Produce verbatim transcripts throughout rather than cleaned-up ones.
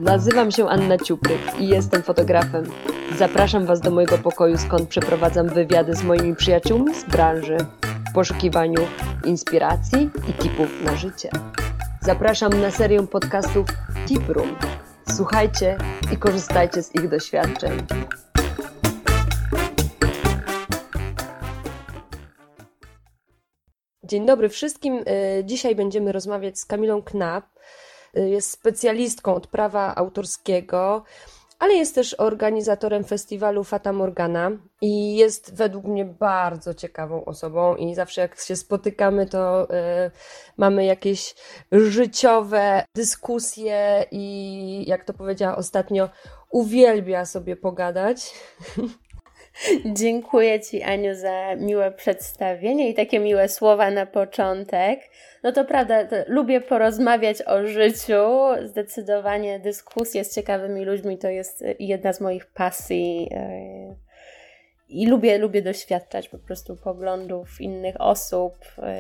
Nazywam się Anna Ciupryk i jestem fotografem. Zapraszam Was do mojego pokoju, skąd przeprowadzam wywiady z moimi przyjaciółmi z branży w poszukiwaniu inspiracji i tipów na życie. Zapraszam na serię podcastów Tip Room. Słuchajcie i korzystajcie z ich doświadczeń. Dzień dobry wszystkim. Dzisiaj będziemy rozmawiać z Kamilą Knap. Jest specjalistką od prawa autorskiego, ale jest też organizatorem festiwalu Fata Morgana i jest według mnie bardzo ciekawą osobą i zawsze jak się spotykamy, to y, mamy jakieś życiowe dyskusje i jak to powiedziała ostatnio, uwielbia sobie pogadać. Dziękuję Ci, Aniu, za miłe przedstawienie i takie miłe słowa na początek. No to prawda, to lubię porozmawiać o życiu. Zdecydowanie dyskusje z ciekawymi ludźmi to jest jedna z moich pasji. I lubię, lubię doświadczać po prostu poglądów innych osób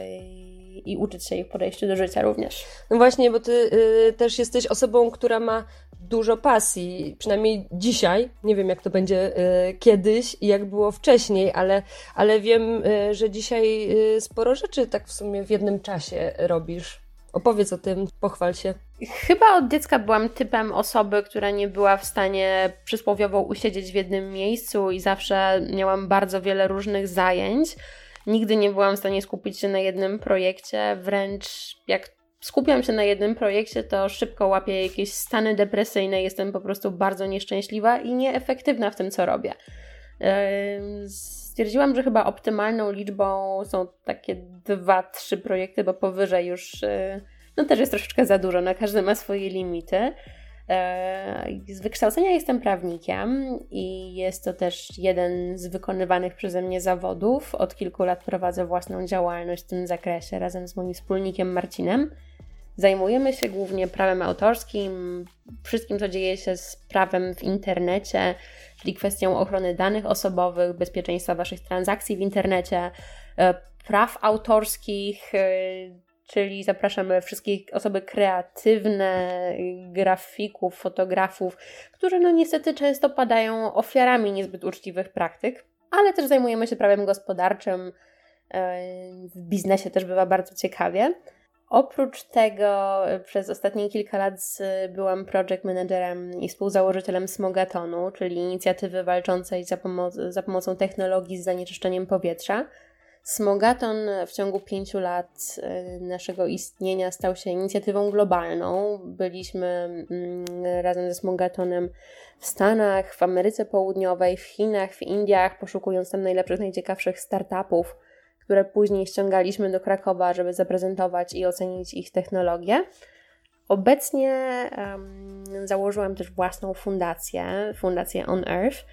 i uczyć się ich podejściu do życia również. No właśnie, bo Ty y, też jesteś osobą, która ma dużo pasji, przynajmniej dzisiaj. Nie wiem, jak to będzie y, kiedyś i jak było wcześniej, ale, ale wiem, y, że dzisiaj y, sporo rzeczy tak w sumie w jednym czasie robisz. Opowiedz o tym, pochwal się. Chyba od dziecka byłam typem osoby, która nie była w stanie przysłowiowo usiedzieć w jednym miejscu i zawsze miałam bardzo wiele różnych zajęć. Nigdy nie byłam w stanie skupić się na jednym projekcie, wręcz jak skupiam się na jednym projekcie, to szybko łapię jakieś stany depresyjne, jestem po prostu bardzo nieszczęśliwa i nieefektywna w tym, co robię. Stwierdziłam, że chyba optymalną liczbą są takie dwa, trzy projekty, bo powyżej już no też jest troszeczkę za dużo, na każdy ma swoje limity. Z wykształcenia jestem prawnikiem i jest to też jeden z wykonywanych przeze mnie zawodów. Od kilku lat prowadzę własną działalność w tym zakresie razem z moim wspólnikiem Marcinem. Zajmujemy się głównie prawem autorskim, wszystkim, co dzieje się z prawem w internecie, czyli kwestią ochrony danych osobowych, bezpieczeństwa Waszych transakcji w internecie, praw autorskich, czyli zapraszamy wszystkich osoby kreatywne, grafików, fotografów, którzy no niestety często padają ofiarami niezbyt uczciwych praktyk, ale też zajmujemy się prawem gospodarczym, w biznesie też bywa bardzo ciekawie. Oprócz tego przez ostatnie kilka lat byłam project managerem i współzałożycielem Smogatonu, czyli inicjatywy walczącej za, pomo- za pomocą technologii z zanieczyszczeniem powietrza. Smogaton w ciągu pięciu lat naszego istnienia stał się inicjatywą globalną. Byliśmy mm, razem ze Smogatonem w Stanach, w Ameryce Południowej, w Chinach, w Indiach, poszukując tam najlepszych, najciekawszych startupów, które później ściągaliśmy do Krakowa, żeby zaprezentować i ocenić ich technologię. Obecnie um, założyłam też własną fundację, fundację On Earth,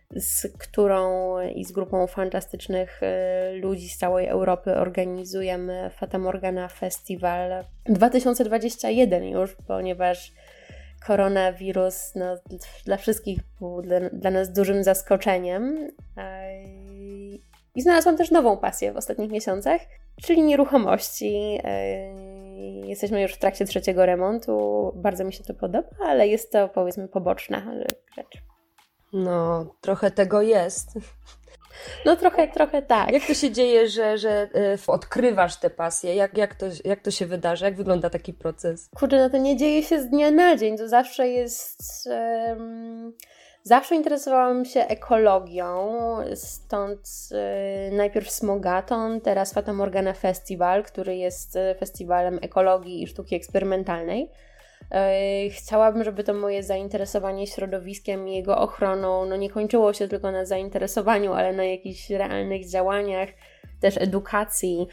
z którą i z grupą fantastycznych y, ludzi z całej Europy organizujemy Fata Morgana Festival dwa tysiące dwudziesty pierwszy już, ponieważ koronawirus no, dla wszystkich był dla, dla nas dużym zaskoczeniem. Y, I znalazłam też nową pasję w ostatnich miesiącach, czyli nieruchomości. Jesteśmy już w trakcie trzeciego remontu, bardzo mi się to podoba, ale jest to powiedzmy poboczna rzecz. No, trochę tego jest. No trochę, trochę tak. Jak to się dzieje, że, że odkrywasz tę pasję? Jak, jak, to, jak to się wydarza? Jak wygląda taki proces? Kurczę, no to nie dzieje się z dnia na dzień, to zawsze jest... Um... Zawsze interesowałam się ekologią, stąd y, najpierw Smogaton, teraz Fata Morgana Festival, który jest festiwalem ekologii i sztuki eksperymentalnej. Y, chciałabym, żeby to moje zainteresowanie środowiskiem i jego ochroną no nie kończyło się tylko na zainteresowaniu, ale na jakichś realnych działaniach, też edukacji,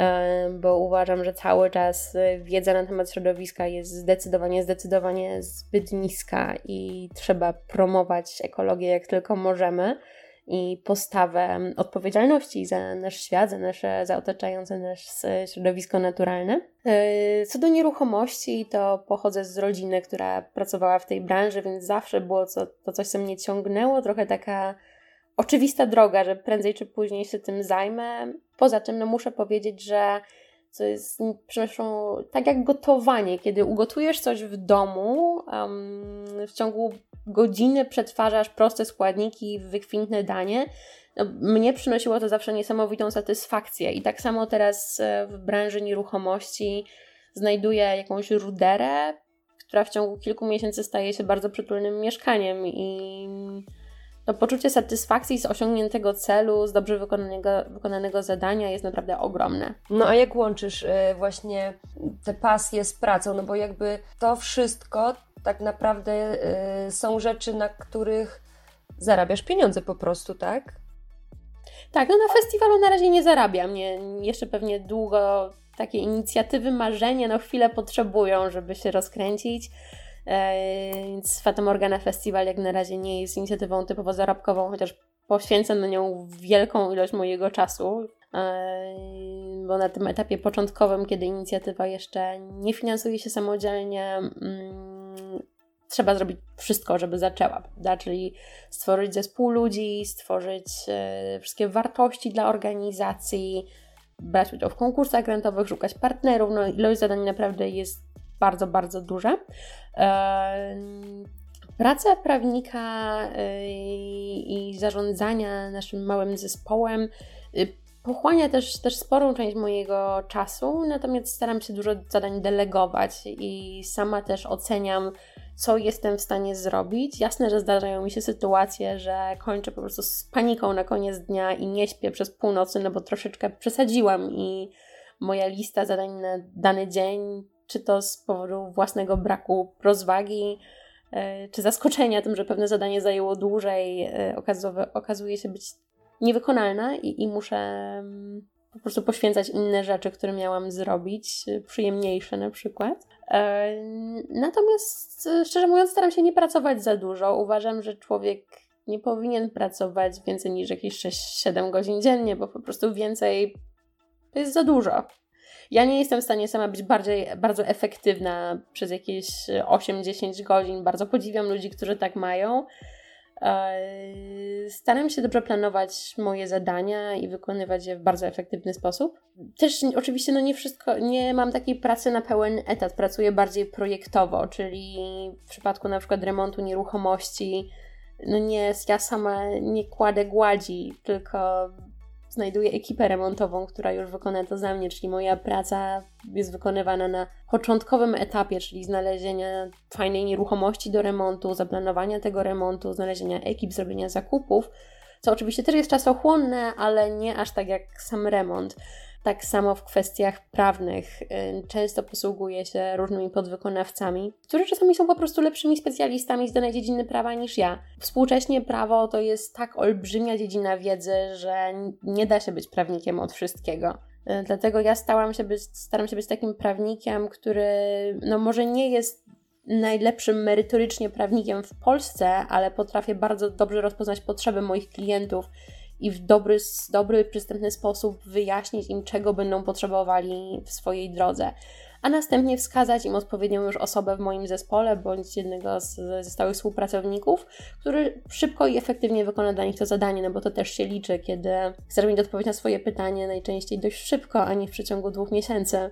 bo uważam, że cały czas wiedza na temat środowiska jest zdecydowanie, zdecydowanie zbyt niska i trzeba promować ekologię jak tylko możemy i postawę odpowiedzialności za nasz świat, za nasze, za otaczające nas środowisko naturalne. Co do nieruchomości, to pochodzę z rodziny, która pracowała w tej branży, więc zawsze było to, to coś, co mnie ciągnęło, trochę taka oczywista droga, że prędzej czy później się tym zajmę. Poza tym no muszę powiedzieć, że co jest, przepraszam, tak jak gotowanie, kiedy ugotujesz coś w domu, um, w ciągu godziny przetwarzasz proste składniki w wykwintne danie. No, mnie przynosiło to zawsze niesamowitą satysfakcję i tak samo teraz w branży nieruchomości znajduję jakąś ruderę, która w ciągu kilku miesięcy staje się bardzo przytulnym mieszkaniem i to poczucie satysfakcji z osiągniętego celu, z dobrze wykonanego, wykonanego zadania jest naprawdę ogromne. No a jak łączysz y, właśnie te pasje z pracą? No bo jakby to wszystko tak naprawdę y, są rzeczy, na których zarabiasz pieniądze po prostu, tak? Tak, no na festiwalu na razie nie zarabiam. Nie, jeszcze pewnie długo takie inicjatywy, marzenia, no chwilę potrzebują, żeby się rozkręcić. Więc Fata Morgana Festival jak na razie nie jest inicjatywą typowo zarobkową, chociaż poświęcam na nią wielką ilość mojego czasu, bo na tym etapie początkowym, kiedy inicjatywa jeszcze nie finansuje się samodzielnie, trzeba zrobić wszystko, żeby zaczęła, prawda? Czyli stworzyć zespół ludzi, stworzyć wszystkie wartości dla organizacji, brać udział w konkursach grantowych, szukać partnerów, no ilość zadań naprawdę jest bardzo, bardzo duże. Praca prawnika i zarządzania naszym małym zespołem pochłania też, też sporą część mojego czasu, natomiast staram się dużo zadań delegować i sama też oceniam, co jestem w stanie zrobić. Jasne, że zdarzają mi się sytuacje, że kończę po prostu z paniką na koniec dnia i nie śpię przez północy, no bo troszeczkę przesadziłam i moja lista zadań na dany dzień, czy to z powodu własnego braku rozwagi, czy zaskoczenia tym, że pewne zadanie zajęło dłużej, okazuje się być niewykonalna i, i muszę po prostu poświęcać inne rzeczy, które miałam zrobić, przyjemniejsze na przykład. Natomiast szczerze mówiąc staram się nie pracować za dużo. Uważam, że człowiek nie powinien pracować więcej niż jakieś sześć siedem godzin dziennie, bo po prostu więcej to jest za dużo. Ja nie jestem w stanie sama być bardziej, bardzo efektywna przez jakieś osiem dziesięć godzin. Bardzo podziwiam ludzi, którzy tak mają. Staram się dobrze planować moje zadania i wykonywać je w bardzo efektywny sposób. Też oczywiście no nie wszystko, nie mam takiej pracy na pełen etat, pracuję bardziej projektowo, czyli w przypadku na przykład remontu nieruchomości, no nie, ja sama nie kładę gładzi, tylko znajduję ekipę remontową, która już wykona to za mnie, czyli moja praca jest wykonywana na początkowym etapie, czyli znalezienia fajnej nieruchomości do remontu, zaplanowania tego remontu, znalezienia ekip, zrobienia zakupów, co oczywiście też jest czasochłonne, ale nie aż tak jak sam remont. Tak samo w kwestiach prawnych często posługuję się różnymi podwykonawcami, którzy czasami są po prostu lepszymi specjalistami z danej dziedziny prawa niż ja. Współcześnie prawo to jest tak olbrzymia dziedzina wiedzy, że nie da się być prawnikiem od wszystkiego. Dlatego ja stałam się być, staram się być takim prawnikiem, który no może nie jest najlepszym merytorycznie prawnikiem w Polsce, ale potrafię bardzo dobrze rozpoznać potrzeby moich klientów i w dobry, dobry, przystępny sposób wyjaśnić im, czego będą potrzebowali w swojej drodze, a następnie wskazać im odpowiednią już osobę w moim zespole bądź jednego z, ze stałych współpracowników, który szybko i efektywnie wykona dla nich to zadanie, no bo to też się liczy, kiedy chcesz mieć odpowiedź na swoje pytanie najczęściej dość szybko, a nie w przeciągu dwóch miesięcy.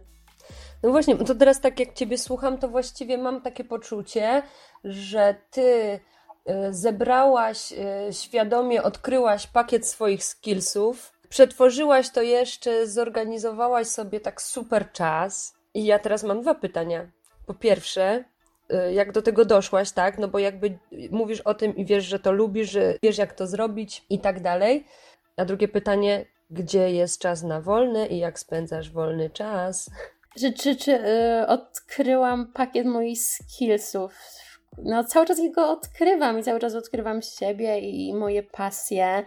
No właśnie, to teraz tak jak Ciebie słucham, to właściwie mam takie poczucie, że Ty zebrałaś, świadomie odkryłaś pakiet swoich skillsów, przetworzyłaś to jeszcze, zorganizowałaś sobie tak super czas. I ja teraz mam dwa pytania. Po pierwsze, jak do tego doszłaś, tak? No bo jakby mówisz o tym i wiesz, że to lubisz, że wiesz jak to zrobić i tak dalej. A drugie pytanie, gdzie jest czas na wolne i jak spędzasz wolny czas? Czy, czy, czy yy, odkryłam pakiet moich skillsów? No cały czas go odkrywam i cały czas odkrywam siebie i moje pasje.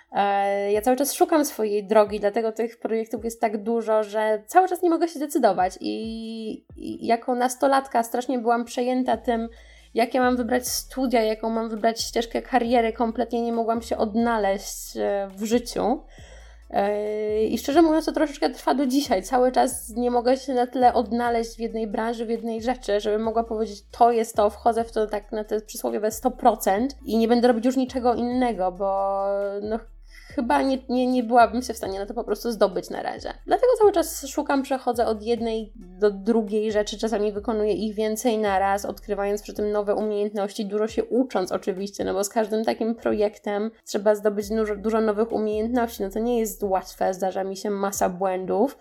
Ja cały czas szukam swojej drogi, dlatego tych projektów jest tak dużo, że cały czas nie mogę się decydować i, i jako nastolatka strasznie byłam przejęta tym, jakie mam wybrać studia, jaką mam wybrać ścieżkę kariery, kompletnie nie mogłam się odnaleźć w życiu. I szczerze mówiąc, to troszeczkę trwa do dzisiaj. Cały czas nie mogę się na tyle odnaleźć w jednej branży, w jednej rzeczy, żebym mogła powiedzieć, to jest to, wchodzę w to tak na te przysłowiowe sto procent i nie będę robić już niczego innego, bo no, chyba nie, nie, nie byłabym się w stanie na to po prostu zdobyć na razie. Dlatego cały czas szukam, przechodzę od jednej do drugiej rzeczy, czasami wykonuję ich więcej na raz, odkrywając przy tym nowe umiejętności, dużo się ucząc oczywiście, no bo z każdym takim projektem trzeba zdobyć dużo, dużo nowych umiejętności, no to nie jest łatwe, zdarza mi się masa błędów,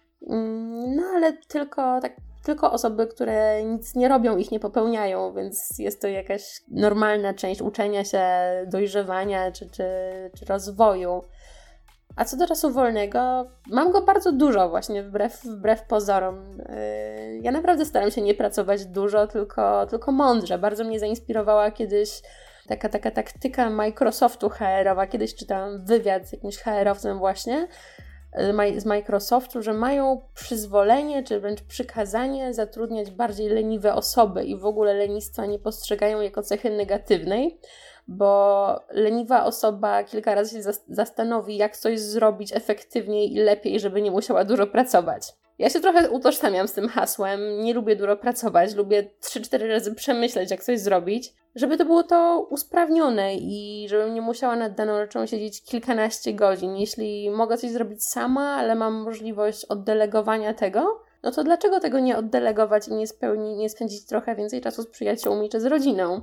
no ale tylko tak Tylko osoby, które nic nie robią, ich nie popełniają, więc jest to jakaś normalna część uczenia się, dojrzewania czy, czy, czy rozwoju. A co do czasu wolnego, mam go bardzo dużo właśnie, wbrew, wbrew pozorom. Ja naprawdę staram się nie pracować dużo, tylko, tylko mądrze. Bardzo mnie zainspirowała kiedyś taka, taka taktyka Microsoftu H R-owa. Kiedyś czytałam wywiad z jakimś H R-owcem właśnie, z Microsoftu, że mają przyzwolenie, czy wręcz przykazanie zatrudniać bardziej leniwe osoby i w ogóle lenistwa nie postrzegają jako cechy negatywnej, bo leniwa osoba kilka razy się zastanowi, jak coś zrobić efektywniej i lepiej, żeby nie musiała dużo pracować. Ja się trochę utożsamiam z tym hasłem, nie lubię dużo pracować, lubię trzy cztery razy przemyśleć, jak coś zrobić, żeby to było to usprawnione i żebym nie musiała nad daną rzeczą siedzieć kilkanaście godzin. Jeśli mogę coś zrobić sama, ale mam możliwość oddelegowania tego, no to dlaczego tego nie oddelegować i nie, spełni, nie spędzić trochę więcej czasu z przyjaciółmi czy z rodziną?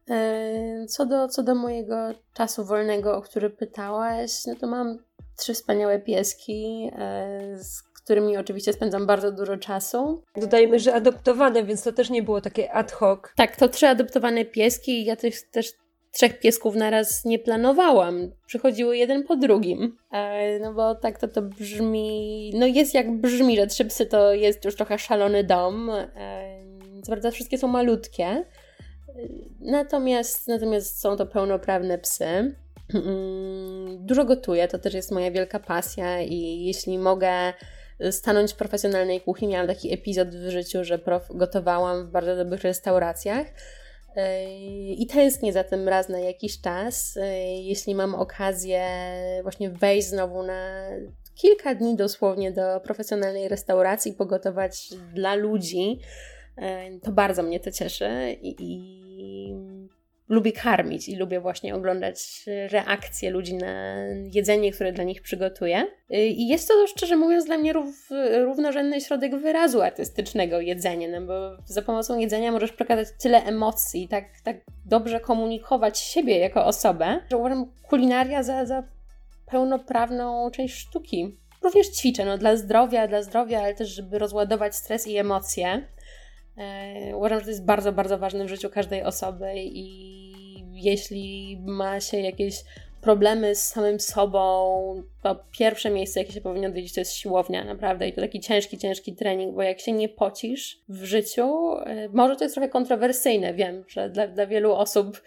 Co do, co do mojego czasu wolnego, o który pytałaś, no to mam trzy wspaniałe pieski, z którymi oczywiście spędzam bardzo dużo czasu. Dodajmy, że adoptowane, więc to też nie było takie ad hoc. Tak, to trzy adoptowane pieski i ja też, też trzech piesków naraz nie planowałam. Przychodziły jeden po drugim. E, no bo tak to to brzmi... No jest jak brzmi, że trzy psy to jest już trochę szalony dom. E, co prawda wszystkie są malutkie. E, natomiast, natomiast są to pełnoprawne psy. Dużo gotuję, to też jest moja wielka pasja i jeśli mogę stanąć w profesjonalnej kuchni, miałam taki epizod w życiu, że prof gotowałam w bardzo dobrych restauracjach i tęsknię za tym raz na jakiś czas. Jeśli mam okazję właśnie wejść znowu na kilka dni dosłownie do profesjonalnej restauracji, pogotować dla ludzi, to bardzo mnie to cieszy i, i lubię karmić i lubię właśnie oglądać reakcje ludzi na jedzenie, które dla nich przygotuję. I jest to, szczerze mówiąc, dla mnie rów, równorzędny środek wyrazu artystycznego jedzenie, no bo za pomocą jedzenia możesz przekazać tyle emocji, tak, tak dobrze komunikować siebie jako osobę, że uważam kulinaria za, za pełnoprawną część sztuki. Również ćwiczę, no dla zdrowia, dla zdrowia, ale też żeby rozładować stres i emocje. Uważam, że to jest bardzo, bardzo ważne w życiu każdej osoby i jeśli ma się jakieś problemy z samym sobą, to pierwsze miejsce, jakie się powinno odwiedzić, to jest siłownia, naprawdę. I to taki ciężki, ciężki trening, bo jak się nie pocisz w życiu, może to jest trochę kontrowersyjne, wiem, że dla, dla wielu osób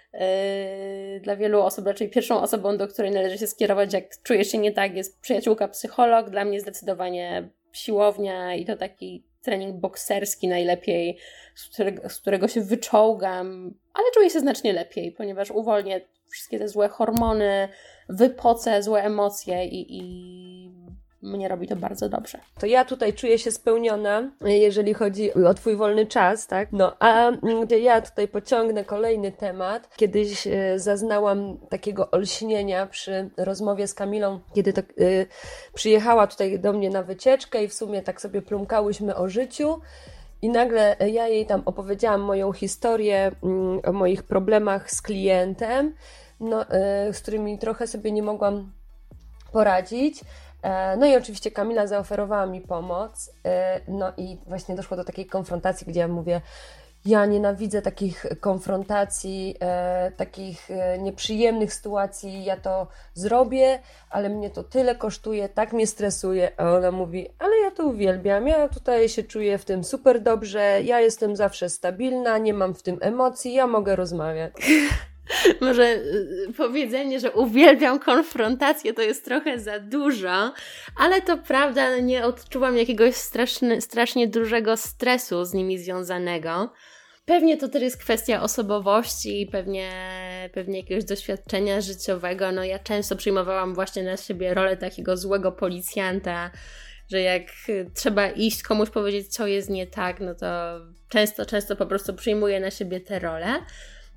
Yy, dla wielu osób raczej pierwszą osobą, do której należy się skierować, jak czujesz się nie tak, jest przyjaciółka psycholog. Dla mnie zdecydowanie siłownia i to taki trening bokserski najlepiej, z którego, z którego się wyczołgam, ale czuję się znacznie lepiej, ponieważ uwolnię wszystkie te złe hormony, wypocę złe emocje i, i mnie robi to bardzo dobrze. To ja tutaj czuję się spełniona, jeżeli chodzi o twój wolny czas, tak? No, a ja tutaj pociągnę kolejny temat. Kiedyś e, zaznałam takiego olśnienia przy rozmowie z Kamilą, kiedy to, e, przyjechała tutaj do mnie na wycieczkę i w sumie tak sobie plumkałyśmy o życiu. I nagle ja jej tam opowiedziałam moją historię mm, o moich problemach z klientem, no, e, z którymi trochę sobie nie mogłam poradzić. No i oczywiście Kamila zaoferowała mi pomoc, no i właśnie doszło do takiej konfrontacji, gdzie ja mówię, ja nienawidzę takich konfrontacji, takich nieprzyjemnych sytuacji, ja to zrobię, ale mnie to tyle kosztuje, tak mnie stresuje, a ona mówi, ale ja to uwielbiam, ja tutaj się czuję w tym super dobrze, ja jestem zawsze stabilna, nie mam w tym emocji, ja mogę rozmawiać. Może y, powiedzenie, że uwielbiam konfrontację, to jest trochę za dużo, ale to prawda, nie odczuwam jakiegoś straszny, strasznie dużego stresu z nimi związanego. Pewnie to też jest kwestia osobowości, pewnie, pewnie jakiegoś doświadczenia życiowego. No ja często przyjmowałam właśnie na siebie rolę takiego złego policjanta, że jak trzeba iść komuś powiedzieć, co jest nie tak, no to często, często po prostu przyjmuję na siebie tę rolę.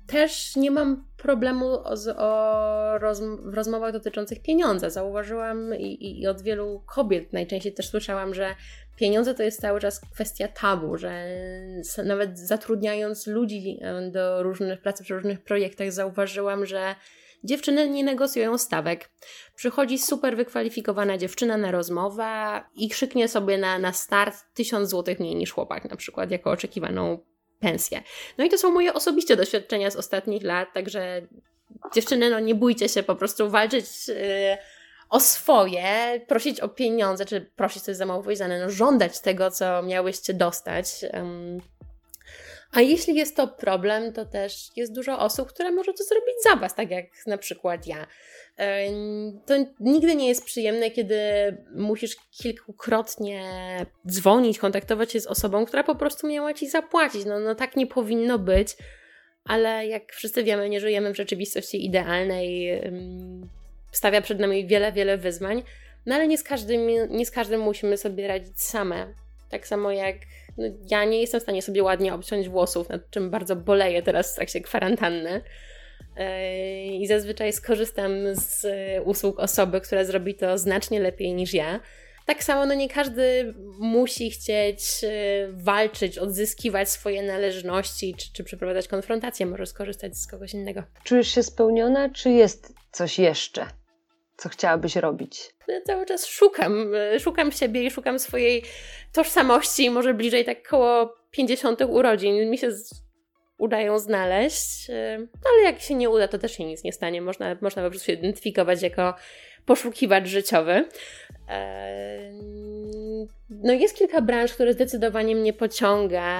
też nie mam problemu o, o roz, w rozmowach dotyczących pieniądza. Zauważyłam i, i od wielu kobiet najczęściej też słyszałam, że pieniądze to jest cały czas kwestia tabu, że nawet zatrudniając ludzi do różnych pracy przy różnych projektach zauważyłam, że dziewczyny nie negocjują stawek. Przychodzi super wykwalifikowana dziewczyna na rozmowę i krzyknie sobie na, na start tysiąc złotych mniej niż chłopak na przykład, jako oczekiwaną pensję. No i to są moje osobiste doświadczenia z ostatnich lat, także dziewczyny, no nie bójcie się po prostu walczyć yy, o swoje, prosić o pieniądze, czy prosić, to jest za mało powiedziane, no żądać tego, co miałyście dostać. Um, A jeśli jest to problem, to też jest dużo osób, które może to zrobić za was, tak jak na przykład ja. To nigdy nie jest przyjemne, kiedy musisz kilkukrotnie dzwonić, kontaktować się z osobą, która po prostu miała ci zapłacić. No, no tak nie powinno być, ale jak wszyscy wiemy, nie żyjemy w rzeczywistości idealnej, stawia przed nami wiele, wiele wyzwań, no ale nie z każdym, nie z każdym musimy sobie radzić same. Tak samo jak no, ja nie jestem w stanie sobie ładnie obciąć włosów, nad czym bardzo boleję teraz w trakcie kwarantanny. Yy, I zazwyczaj skorzystam z usług osoby, która zrobi to znacznie lepiej niż ja. Tak samo no nie każdy musi chcieć yy, walczyć, odzyskiwać swoje należności, czy, czy przeprowadzać konfrontację, może skorzystać z kogoś innego. Czujesz się spełniona, czy jest coś jeszcze, co chciałabyś robić? Ja cały czas szukam, szukam siebie i szukam swojej tożsamości, może bliżej tak koło pięćdziesiątych urodzin mi się z... udają znaleźć, ale jak się nie uda, to też się nic nie stanie. Można, można po prostu się identyfikować jako poszukiwacz życiowy. No jest kilka branż, które zdecydowanie mnie pociąga.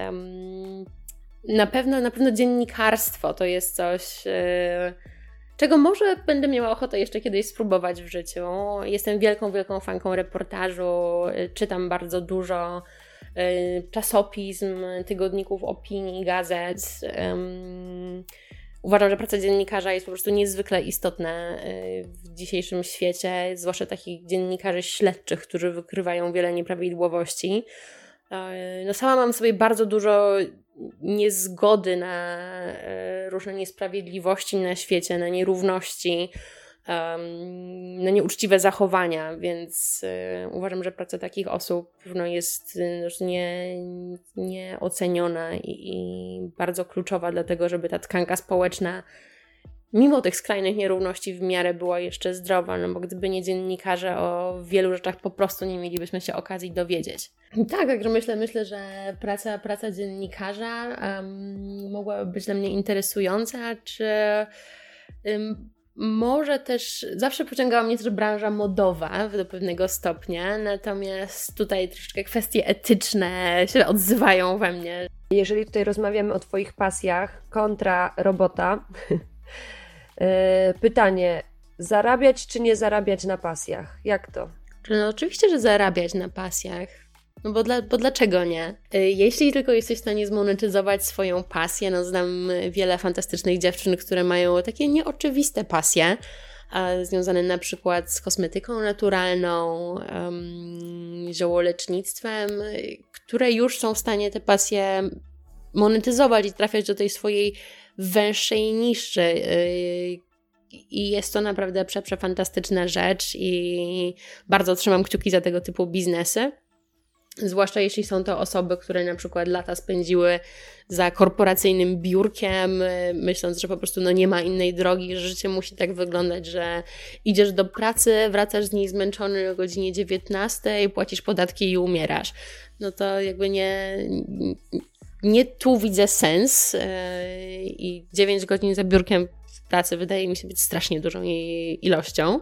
Na pewno, na pewno dziennikarstwo to jest coś, czego może będę miała ochotę jeszcze kiedyś spróbować w życiu. Jestem wielką, wielką fanką reportażu, czytam bardzo dużo czasopism, tygodników opinii, gazet. Um, uważam, że praca dziennikarza jest po prostu niezwykle istotna w dzisiejszym świecie, zwłaszcza takich dziennikarzy śledczych, którzy wykrywają wiele nieprawidłowości. No sama mam sobie bardzo dużo niezgody na różne niesprawiedliwości na świecie, na nierówności, Um, no nieuczciwe zachowania, więc y, uważam, że praca takich osób no, jest y, nie, nieoceniona i, i bardzo kluczowa dlatego, żeby ta tkanka społeczna mimo tych skrajnych nierówności w miarę była jeszcze zdrowa, no bo gdyby nie dziennikarze, o wielu rzeczach po prostu nie mielibyśmy się okazji dowiedzieć. Tak, także myślę, myślę, że praca, praca dziennikarza um, mogłaby być dla mnie interesująca, czy um, może też, zawsze pociągała mnie też branża modowa do pewnego stopnia, natomiast tutaj troszeczkę kwestie etyczne się odzywają we mnie. Jeżeli tutaj rozmawiamy o Twoich pasjach kontra robota, pytanie, zarabiać czy nie zarabiać na pasjach? Jak to? No oczywiście, że zarabiać na pasjach. No bo, dla, bo dlaczego nie? Jeśli tylko jesteś w stanie zmonetyzować swoją pasję, no znam wiele fantastycznych dziewczyn, które mają takie nieoczywiste pasje, związane na przykład z kosmetyką naturalną, um, ziołolecznictwem, które już są w stanie te pasje monetyzować i trafiać do tej swojej węższej niszy. I jest to naprawdę prze, przefantastyczna rzecz i bardzo trzymam kciuki za tego typu biznesy. Zwłaszcza jeśli są to osoby, które na przykład lata spędziły za korporacyjnym biurkiem, myśląc, że po prostu no nie ma innej drogi, że życie musi tak wyglądać, że idziesz do pracy, wracasz z niej zmęczony o godzinie dziewiętnastej, płacisz podatki i umierasz. No to jakby nie, nie tu widzę sens i dziewięć godzin za biurkiem w pracy wydaje mi się być strasznie dużą jej ilością.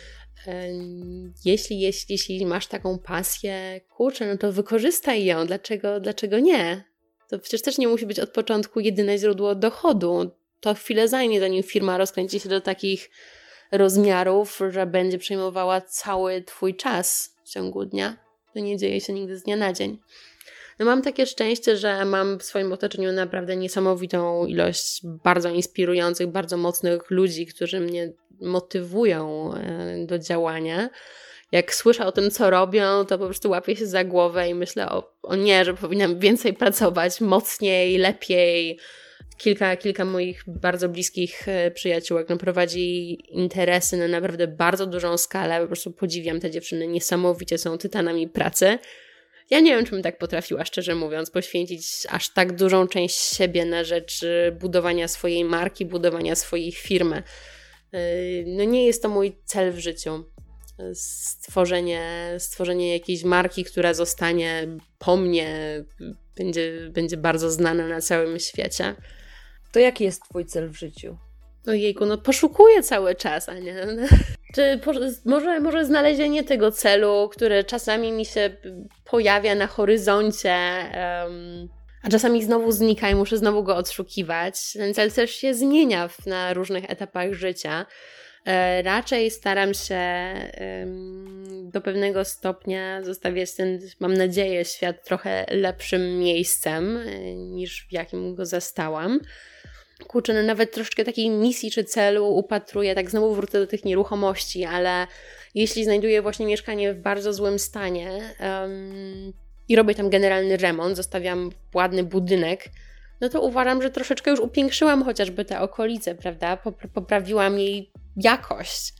Jeśli, jeśli, jeśli masz taką pasję, kurczę, no to wykorzystaj ją. Dlaczego, dlaczego nie? To przecież też nie musi być od początku jedyne źródło dochodu. To chwilę zajmie, zanim firma rozkręci się do takich rozmiarów, że będzie przejmowała cały twój czas w ciągu dnia. To nie dzieje się nigdy z dnia na dzień. No mam takie szczęście, że mam w swoim otoczeniu naprawdę niesamowitą ilość bardzo inspirujących, bardzo mocnych ludzi, którzy mnie motywują do działania. Jak słyszę o tym, co robią, to po prostu łapię się za głowę i myślę o, o nie, że powinnam więcej pracować, mocniej, lepiej. kilka, kilka moich bardzo bliskich przyjaciółek no, prowadzi interesy na naprawdę bardzo dużą skalę. Po prostu podziwiam te dziewczyny, niesamowicie są tytanami pracy. Ja nie wiem, czy bym tak potrafiła, szczerze mówiąc, poświęcić aż tak dużą część siebie na rzecz budowania swojej marki, budowania swoich firm. No nie jest to mój cel w życiu. Stworzenie, stworzenie jakiejś marki, która zostanie po mnie, będzie, będzie bardzo znana na całym świecie. To jaki jest twój cel w życiu? Ojejku, no poszukuję cały czas, a nie... Czy po, może, może znalezienie tego celu, który czasami mi się pojawia na horyzoncie, um, a czasami znowu znika i muszę znowu go odszukiwać. Ten cel też się zmienia w, na różnych etapach życia. E, raczej staram się um, do pewnego stopnia zostawiać ten, mam nadzieję, świat trochę lepszym miejscem e, niż w jakim go zastałam. Kurczę, no nawet troszeczkę takiej misji czy celu upatruję, tak znowu wrócę do tych nieruchomości, ale jeśli znajduję właśnie mieszkanie w bardzo złym stanie um, i robię tam generalny remont, zostawiam ładny budynek, no to uważam, że troszeczkę już upiększyłam chociażby te okolice, prawda? Poprawiłam jej jakość.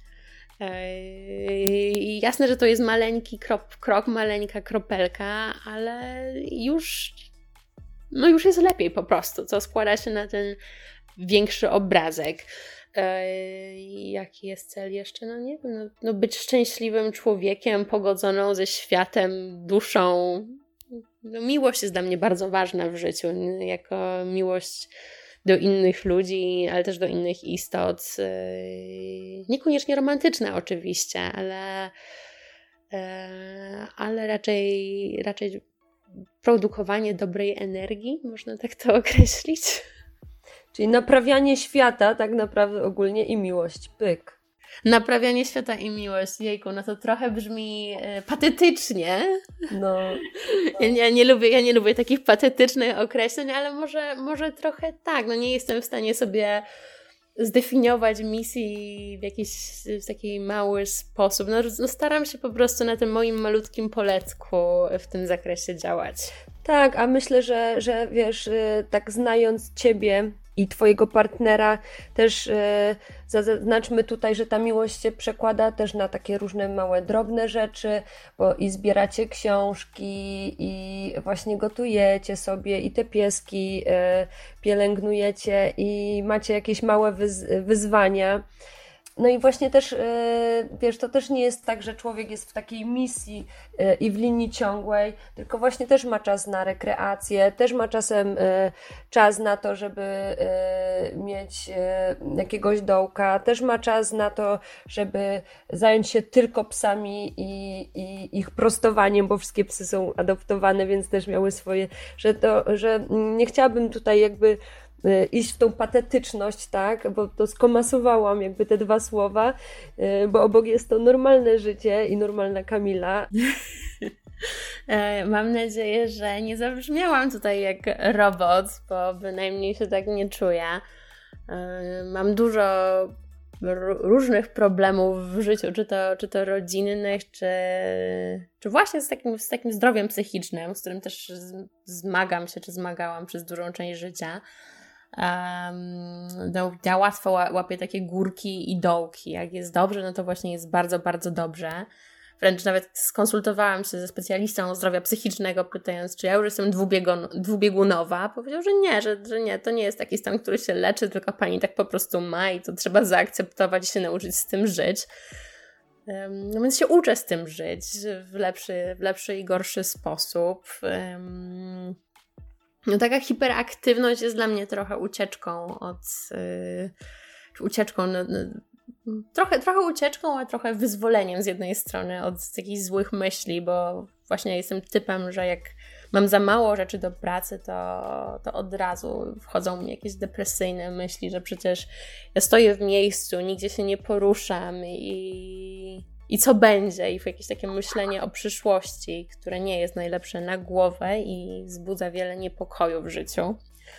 Yy, jasne, że to jest maleńki krok, krok, maleńka kropelka, ale już no już jest lepiej po prostu, co składa się na ten większy obrazek. Yy, jaki jest cel jeszcze? No nie wiem, no, no być szczęśliwym człowiekiem, pogodzoną ze światem, duszą. No, miłość jest dla mnie bardzo ważna w życiu, jako miłość do innych ludzi, ale też do innych istot. Yy, niekoniecznie romantyczna oczywiście, ale, yy, ale raczej, raczej produkowanie dobrej energii, można tak to określić. Czyli naprawianie świata tak naprawdę ogólnie i miłość. Pyk. Naprawianie świata i miłość. Jejku, no to trochę brzmi e, patetycznie. No. Ja, ja, nie lubię, ja nie lubię takich patetycznych określeń, ale może, może trochę tak. No nie jestem w stanie sobie zdefiniować misji w jakiś w taki mały sposób. No, no staram się po prostu na tym moim malutkim poletku w tym zakresie działać. Tak, a myślę, że, że wiesz, tak znając Ciebie i Twojego partnera, też zaznaczmy tutaj, że ta miłość się przekłada też na takie różne małe, drobne rzeczy, bo i zbieracie książki, i właśnie gotujecie sobie, i te pieski pielęgnujecie, i macie jakieś małe wyz- wyzwania. No i właśnie też, wiesz, to też nie jest tak, że człowiek jest w takiej misji i w linii ciągłej, tylko właśnie też ma czas na rekreację, też ma czasem czas na to, żeby mieć jakiegoś dołka, też ma czas na to, żeby zająć się tylko psami i, i ich prostowaniem, bo wszystkie psy są adoptowane, więc też miały swoje, że to, że nie chciałabym tutaj jakby iść w tą patetyczność, tak, bo to skomasowałam jakby te dwa słowa, bo obok jest to normalne życie i normalna Kamila. Mam nadzieję, że nie zabrzmiałam tutaj jak robot, bo bynajmniej się tak nie czuję. Mam dużo różnych problemów w życiu, czy to, czy to rodzinnych, czy, czy właśnie z takim, z takim zdrowiem psychicznym, z którym też zmagam się, czy zmagałam przez dużą część życia. Um, no, ja łatwo łapię takie górki i dołki. Jak jest dobrze, no to właśnie jest bardzo, bardzo dobrze. Wręcz nawet skonsultowałam się ze specjalistą zdrowia psychicznego, pytając, czy ja już jestem dwubiegun, dwubiegunowa. Powiedział, że nie, że, że nie, to nie jest taki stan, który się leczy, tylko pani tak po prostu ma i to trzeba zaakceptować i się nauczyć z tym żyć. Um, no więc się uczę z tym żyć w lepszy, w lepszy i gorszy sposób. Um, No taka hiperaktywność jest dla mnie trochę ucieczką od... Yy, ucieczką, no, no, trochę, trochę ucieczką, a trochę wyzwoleniem z jednej strony od jakichś złych myśli, bo właśnie jestem typem, że jak mam za mało rzeczy do pracy, to, to od razu wchodzą mi jakieś depresyjne myśli, że przecież ja stoję w miejscu, nigdzie się nie poruszam i... I co będzie? I jakieś takie myślenie o przyszłości, które nie jest najlepsze na głowę i wzbudza wiele niepokoju w życiu.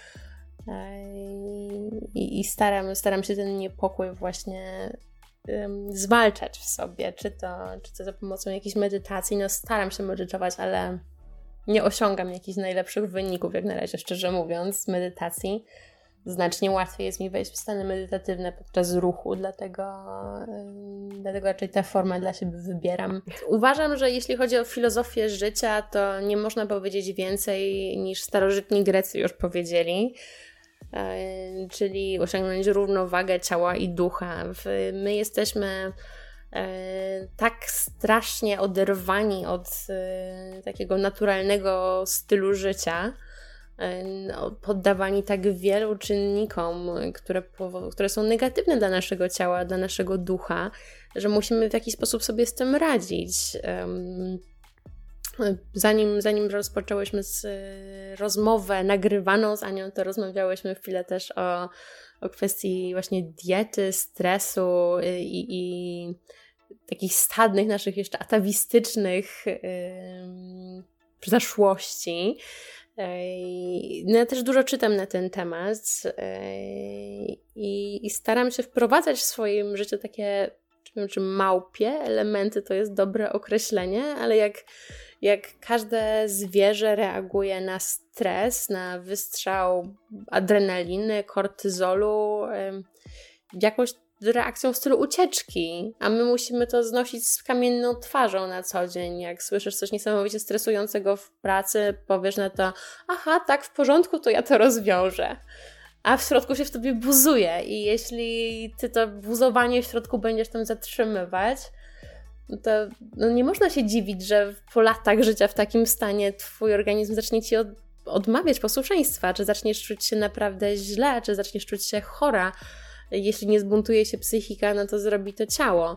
I, i staram, staram się ten niepokój właśnie um, zwalczać w sobie. Czy to, czy to za pomocą jakiejś medytacji. No staram się medytować, ale nie osiągam jakichś najlepszych wyników, jak na razie, szczerze mówiąc, z medytacji. znacznie łatwiej jest mi wejść w stany medytatywne podczas ruchu, dlatego, yy, dlatego raczej tę formę dla siebie wybieram. Uważam, że jeśli chodzi o filozofię życia, to nie można powiedzieć więcej niż starożytni Grecy już powiedzieli, yy, czyli osiągnąć równowagę ciała i ducha. My jesteśmy tak strasznie oderwani od takiego naturalnego stylu życia, poddawani tak wielu czynnikom, które, które są negatywne dla naszego ciała, dla naszego ducha, że musimy w jakiś sposób sobie z tym radzić. Zanim, zanim rozpoczęłyśmy z, rozmowę nagrywaną z Anią, to rozmawiałyśmy chwilę też o, o kwestii właśnie diety, stresu i, i takich stadnych naszych jeszcze atawistycznych yy, zaszłości. No ja też dużo czytam na ten temat i, i staram się wprowadzać w swoim życiu takie, nie wiem, czy małpie elementy to jest dobre określenie, ale jak, jak każde zwierzę reaguje na stres, na wystrzał adrenaliny, kortyzolu, jakąś reakcją w stylu ucieczki, a my musimy to znosić z kamienną twarzą na co dzień. Jak słyszysz coś niesamowicie stresującego w pracy, powiesz na to, aha, tak, w porządku, to ja to rozwiążę. A w środku się w tobie buzuje i jeśli ty to buzowanie w środku będziesz tam zatrzymywać, no to no nie można się dziwić, że po latach życia w takim stanie twój organizm zacznie ci od, odmawiać posłuszeństwa, czy zaczniesz czuć się naprawdę źle, czy zaczniesz czuć się chora. Jeśli nie zbuntuje się psychika, no to zrobi to ciało.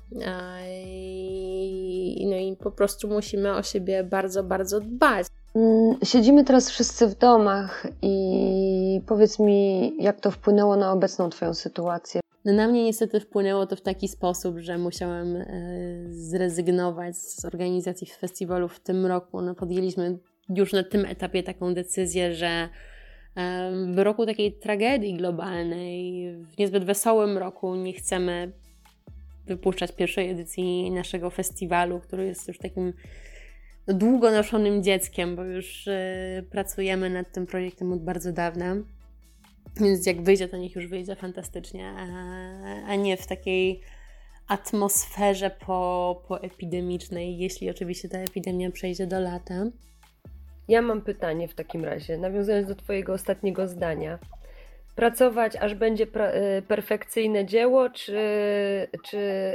No i po prostu musimy o siebie bardzo, bardzo dbać. Siedzimy teraz wszyscy w domach i powiedz mi, jak to wpłynęło na obecną twoją sytuację? No na mnie niestety wpłynęło to w taki sposób, że musiałam e, zrezygnować z organizacji festiwalu w tym roku. No podjęliśmy już na tym etapie taką decyzję, że w roku takiej tragedii globalnej, w niezbyt wesołym roku nie chcemy wypuszczać pierwszej edycji naszego festiwalu, który jest już takim długo noszonym dzieckiem, bo już y, pracujemy nad tym projektem od bardzo dawna, więc jak wyjdzie, to niech już wyjdzie fantastycznie, a, a nie w takiej atmosferze po, poepidemicznej, jeśli oczywiście ta epidemia przejdzie do lata. Ja mam pytanie w takim razie, nawiązując do twojego ostatniego zdania. Pracować, aż będzie pra- perfekcyjne dzieło, czy, czy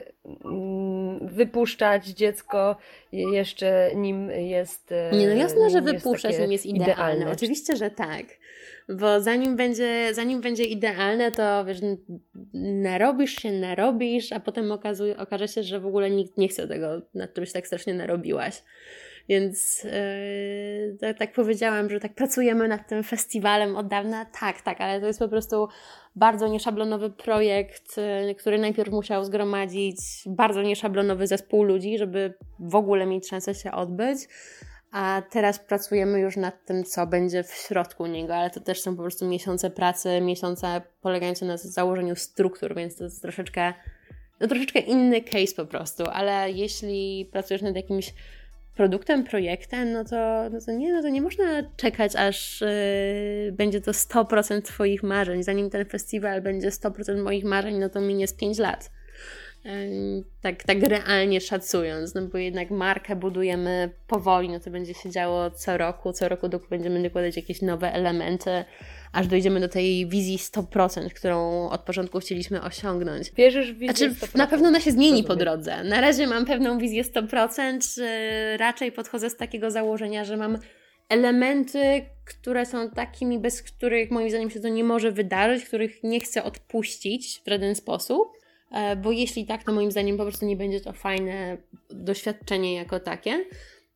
mm, wypuszczać dziecko jeszcze nim jest Nie, no jasne, że nim wypuszczać jest nim jest idealne. idealne. Oczywiście, że tak. Bo zanim będzie, zanim będzie idealne, to wiesz, narobisz się, narobisz, a potem okazuje, okaże się, że w ogóle nikt nie chce tego, nad czym się tak strasznie narobiłaś. Więc yy, tak, tak powiedziałam, że tak pracujemy nad tym festiwalem od dawna. Tak, tak, ale to jest po prostu bardzo nieszablonowy projekt, yy, który najpierw musiał zgromadzić bardzo nieszablonowy zespół ludzi, żeby w ogóle mieć szansę się odbyć. A teraz pracujemy już nad tym, co będzie w środku niego, ale to też są po prostu miesiące pracy, miesiące polegające na założeniu struktur, więc to jest troszeczkę, no troszeczkę inny case po prostu, ale jeśli pracujesz nad jakimś produktem, projektem, no to, no to, nie, no to nie można czekać, aż yy, będzie to sto procent twoich marzeń. Zanim ten festiwal będzie sto procent moich marzeń, no to minie z pięć lat. Yy, tak, tak realnie szacując, no bo jednak markę budujemy powoli, no to będzie się działo co roku, co roku będziemy dokładać jakieś nowe elementy, aż dojdziemy do tej wizji sto procent, którą od początku chcieliśmy osiągnąć. Wierzysz w wizję znaczy, sto procent? Na pewno ona się zmieni Rozumiem. po drodze. Na razie mam pewną wizję sto procent, raczej podchodzę z takiego założenia, że mam elementy, które są takimi, bez których moim zdaniem się to nie może wydarzyć, których nie chcę odpuścić w żaden sposób, bo jeśli tak, to moim zdaniem po prostu nie będzie to fajne doświadczenie jako takie.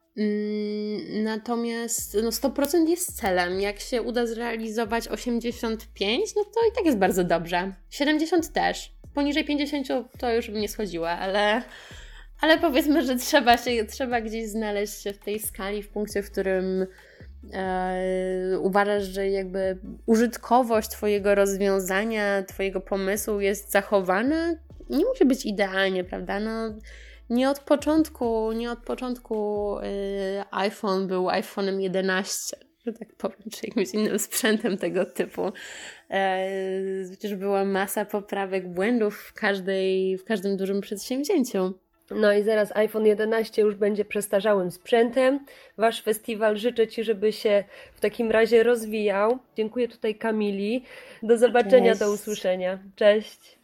Natomiast no sto procent jest celem. Jak się uda zrealizować osiemdziesiąt pięć, no to i tak jest bardzo dobrze. siedemdziesiąt też. Poniżej pięćdziesiąt to już bym nie schodziła, ale, ale powiedzmy, że trzeba się, trzeba gdzieś znaleźć się w tej skali, w punkcie, w którym e, uważasz, że jakby użytkowość twojego rozwiązania, twojego pomysłu jest zachowana. Nie musi być idealnie, prawda? No, Nie od początku, nie od początku yy, iPhone był iPhone'em jedenaście. że tak powiem, czy jakimś innym sprzętem tego typu. E, przecież była masa poprawek, błędów w, każdej, w każdym dużym przedsięwzięciu. No i zaraz iPhone jedenaście już będzie przestarzałym sprzętem. Wasz festiwal życzę Ci, żeby się w takim razie rozwijał. Dziękuję tutaj Kamili. Do zobaczenia, Cześć. Do usłyszenia. Cześć.